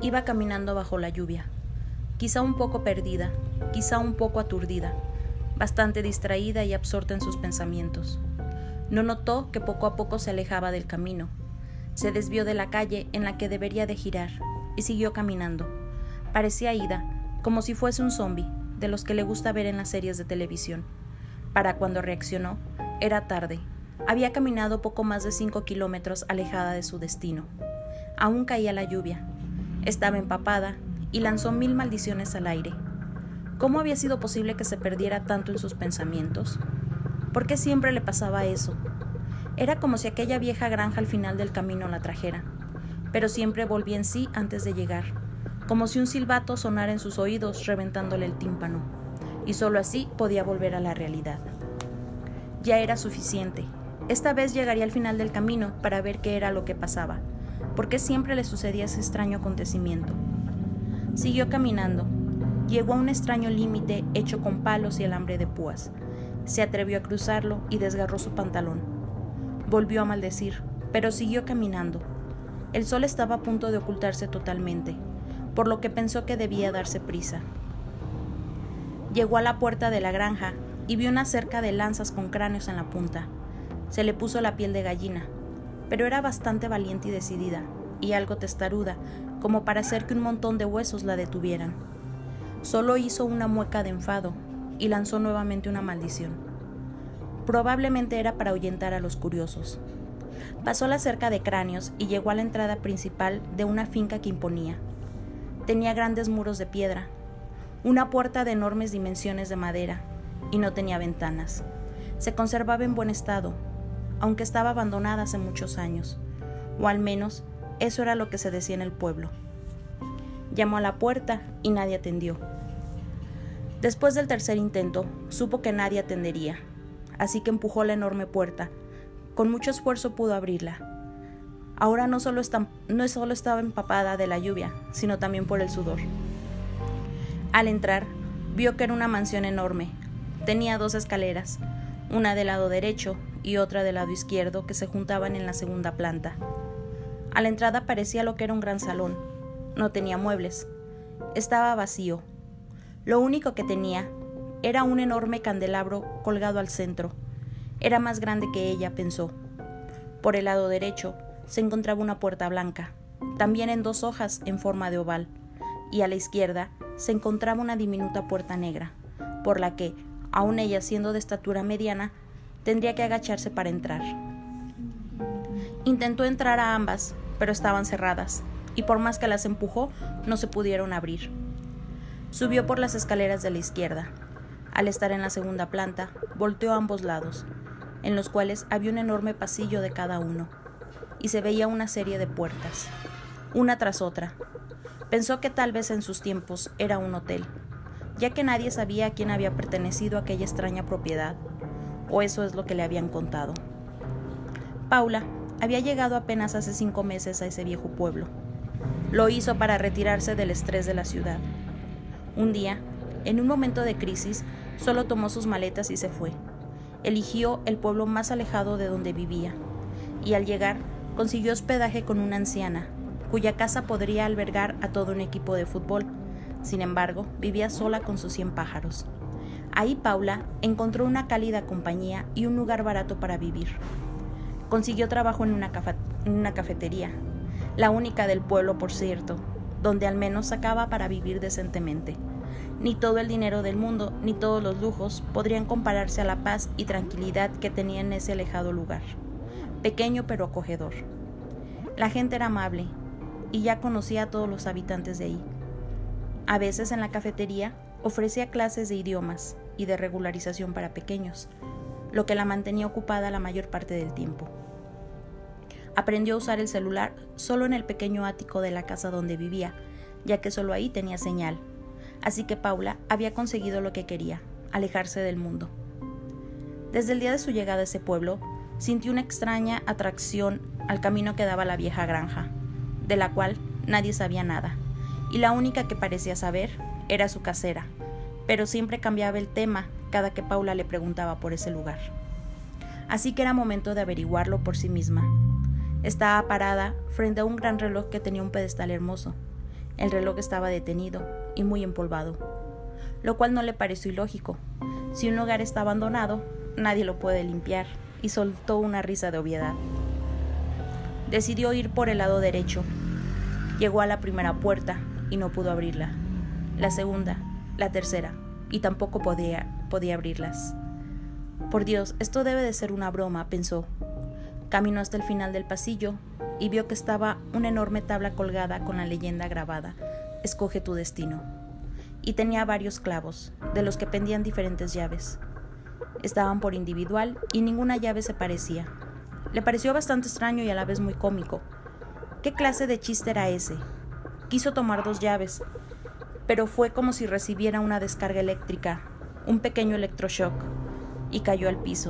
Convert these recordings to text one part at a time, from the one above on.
Iba caminando bajo la lluvia, quizá un poco perdida, quizá un poco aturdida, bastante distraída y absorta en sus pensamientos. No notó que poco a poco se alejaba del camino. Se desvió de la calle en la que debería de girar y siguió caminando. Parecía ida, como si fuese un zombi, de los que le gusta ver en las series de televisión. Para cuando reaccionó, era tarde. Había caminado poco más de 5 kilómetros alejada de su destino. Aún caía la lluvia. Estaba empapada y lanzó 1000 maldiciones al aire. ¿Cómo había sido posible que se perdiera tanto en sus pensamientos? ¿Por qué siempre le pasaba eso? Era como si aquella vieja granja al final del camino la trajera, pero siempre volvía en sí antes de llegar, como si un silbato sonara en sus oídos reventándole el tímpano, y solo así podía volver a la realidad. Ya era suficiente. Esta vez llegaría al final del camino para ver qué era lo que pasaba, por qué siempre le sucedía ese extraño acontecimiento. Siguió caminando. Llegó a un extraño límite hecho con palos y alambre de púas. Se atrevió a cruzarlo y desgarró su pantalón. Volvió a maldecir, pero siguió caminando. El sol estaba a punto de ocultarse totalmente, por lo que pensó que debía darse prisa. Llegó a la puerta de la granja y vio una cerca de lanzas con cráneos en la punta. Se le puso la piel de gallina, pero era bastante valiente y decidida, y algo testaruda, como para hacer que un montón de huesos la detuvieran. Solo hizo una mueca de enfado y lanzó nuevamente una maldición. Probablemente era para ahuyentar a los curiosos. Pasó la cerca de cráneos y llegó a la entrada principal de una finca que imponía. Tenía grandes muros de piedra, una puerta de enormes dimensiones de madera, y no tenía ventanas. Se conservaba en buen estado, aunque estaba abandonada hace muchos años, o al menos eso era lo que se decía en el pueblo. Llamó a la puerta y nadie atendió. Después del tercer intento, supo que nadie atendería, así que empujó la enorme puerta. Con mucho esfuerzo pudo abrirla. Ahora no solo estaba empapada de la lluvia, sino también por el sudor. Al entrar, vio que era una mansión enorme. Tenía 2 escaleras, una del lado derecho y otra del lado izquierdo, que se juntaban en la segunda planta. A la entrada parecía lo que era un gran salón. No tenía muebles. Estaba vacío. Lo único que tenía era un enorme candelabro colgado al centro. Era más grande que ella, pensó. Por el lado derecho se encontraba una puerta blanca, también en 2 hojas en forma de oval, y a la izquierda se encontraba una diminuta puerta negra, por la que, aun ella siendo de estatura mediana, tendría que agacharse para entrar. Intentó entrar a ambas, pero estaban cerradas, y por más que las empujó, no se pudieron abrir. Subió por las escaleras de la izquierda. Al estar en la segunda planta, volteó a ambos lados, en los cuales había un enorme pasillo de cada uno, y se veía una serie de puertas, una tras otra. Pensó que tal vez en sus tiempos era un hotel, ya que nadie sabía a quién había pertenecido aquella extraña propiedad, o eso es lo que le habían contado. Paula había llegado apenas hace 5 meses a ese viejo pueblo. Lo hizo para retirarse del estrés de la ciudad. Un día, en un momento de crisis, solo tomó sus maletas y se fue. Eligió el pueblo más alejado de donde vivía, y al llegar consiguió hospedaje con una anciana, cuya casa podría albergar a todo un equipo de fútbol. Sin embargo, vivía sola con sus 100 pájaros. Ahí Paula encontró una cálida compañía y un lugar barato para vivir. Consiguió trabajo en una cafetería, la única del pueblo, por cierto, donde al menos sacaba para vivir decentemente. Ni todo el dinero del mundo, ni todos los lujos podrían compararse a la paz y tranquilidad que tenía en ese alejado lugar, pequeño pero acogedor. La gente era amable, y ya conocía a todos los habitantes de ahí. A veces en la cafetería ofrecía clases de idiomas y de regularización para pequeños, lo que la mantenía ocupada la mayor parte del tiempo. Aprendió a usar el celular solo en el pequeño ático de la casa donde vivía, ya que solo ahí tenía señal. Así que Paula había conseguido lo que quería, alejarse del mundo. Desde el día de su llegada a ese pueblo, sintió una extraña atracción al camino que daba a la vieja granja, de la cual nadie sabía nada, y la única que parecía saber era su casera, pero siempre cambiaba el tema cada que Paula le preguntaba por ese lugar. Así que era momento de averiguarlo por sí misma. Estaba parada frente a un gran reloj que tenía un pedestal hermoso, El reloj estaba detenido y muy empolvado, lo cual no le pareció ilógico. Si un lugar está abandonado, nadie lo puede limpiar, y soltó una risa de obviedad. Decidió ir por el lado derecho. Llegó a la primera puerta y no pudo abrirla. La segunda, la tercera, y tampoco podía abrirlas. Por Dios, esto debe de ser una broma, pensó. Caminó hasta el final del pasillo y vio que estaba una enorme tabla colgada con la leyenda grabada: escoge tu destino. Y tenía varios clavos, de los que pendían diferentes llaves. Estaban por individual y ninguna llave se parecía. Le pareció bastante extraño y a la vez muy cómico. ¿Qué clase de chiste era ese? Quiso tomar 2 llaves, pero fue como si recibiera una descarga eléctrica, un pequeño electroshock, y cayó al piso.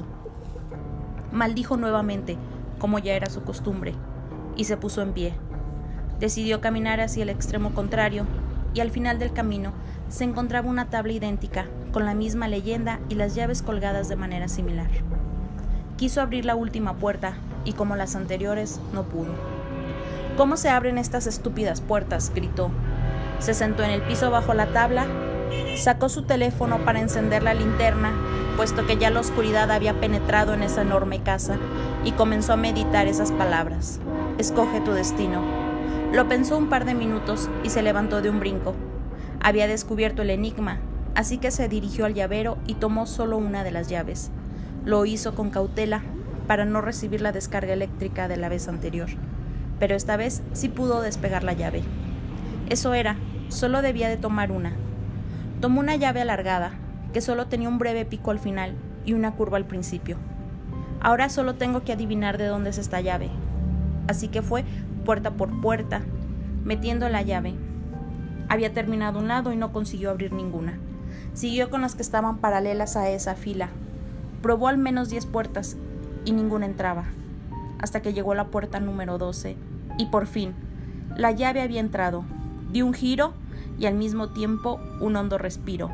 Maldijo nuevamente, como ya era su costumbre, y se puso en pie. Decidió caminar hacia el extremo contrario, y al final del camino se encontraba una tabla idéntica, con la misma leyenda y las llaves colgadas de manera similar. Quiso abrir la última puerta, y como las anteriores, no pudo. ¿Cómo se abren estas estúpidas puertas?, gritó. Se sentó en el piso bajo la tabla, sacó su teléfono para encender la linterna, puesto que ya la oscuridad había penetrado en esa enorme casa, y comenzó a meditar esas palabras: escoge tu destino. Lo pensó un par de minutos y se levantó de un brinco. Había descubierto el enigma, así que se dirigió al llavero y tomó solo una de las llaves. Lo hizo con cautela para no recibir la descarga eléctrica de la vez anterior, pero esta vez sí pudo despegar la llave. Eso era, solo debía de tomar una. Tomó una llave alargada, que solo tenía un breve pico al final y una curva al principio. Ahora solo tengo que adivinar de dónde es esta llave. Así que fue puerta por puerta, metiendo la llave. Había terminado un lado y no consiguió abrir ninguna. Siguió con las que estaban paralelas a esa fila. Probó al menos 10 puertas y ninguna entraba, hasta que llegó a la puerta número 12 y por fin la llave había entrado. Dio un giro y al mismo tiempo un hondo respiro.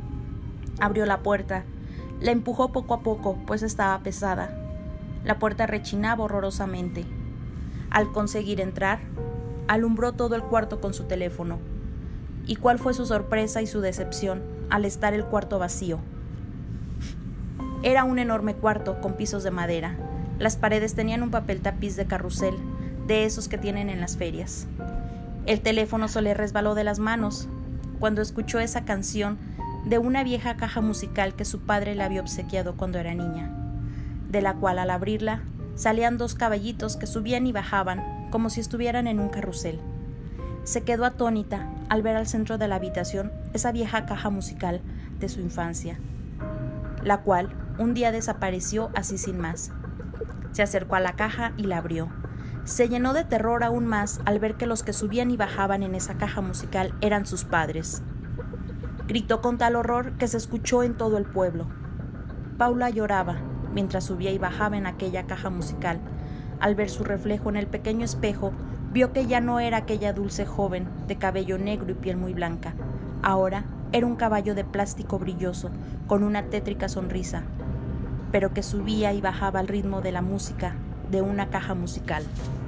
Abrió la puerta, la empujó poco a poco, pues estaba pesada. La puerta rechinaba horrorosamente. Al conseguir entrar, alumbró todo el cuarto con su teléfono. ¿Y cuál fue su sorpresa y su decepción al estar el cuarto vacío? Era un enorme cuarto con pisos de madera. Las paredes tenían un papel tapiz de carrusel, de esos que tienen en las ferias. El teléfono se le resbaló de las manos cuando escuchó esa canción de una vieja caja musical que su padre le había obsequiado cuando era niña, de la cual al abrirla salían 2 caballitos que subían y bajaban como si estuvieran en un carrusel. Se quedó atónita al ver al centro de la habitación esa vieja caja musical de su infancia, la cual un día desapareció así sin más. Se acercó a la caja y la abrió. Se llenó de terror aún más al ver que los que subían y bajaban en esa caja musical eran sus padres. Gritó con tal horror que se escuchó en todo el pueblo. Paula lloraba mientras subía y bajaba en aquella caja musical. Al ver su reflejo en el pequeño espejo, vio que ya no era aquella dulce joven de cabello negro y piel muy blanca. Ahora era un caballo de plástico brilloso, con una tétrica sonrisa, pero que subía y bajaba al ritmo de la música de una caja musical.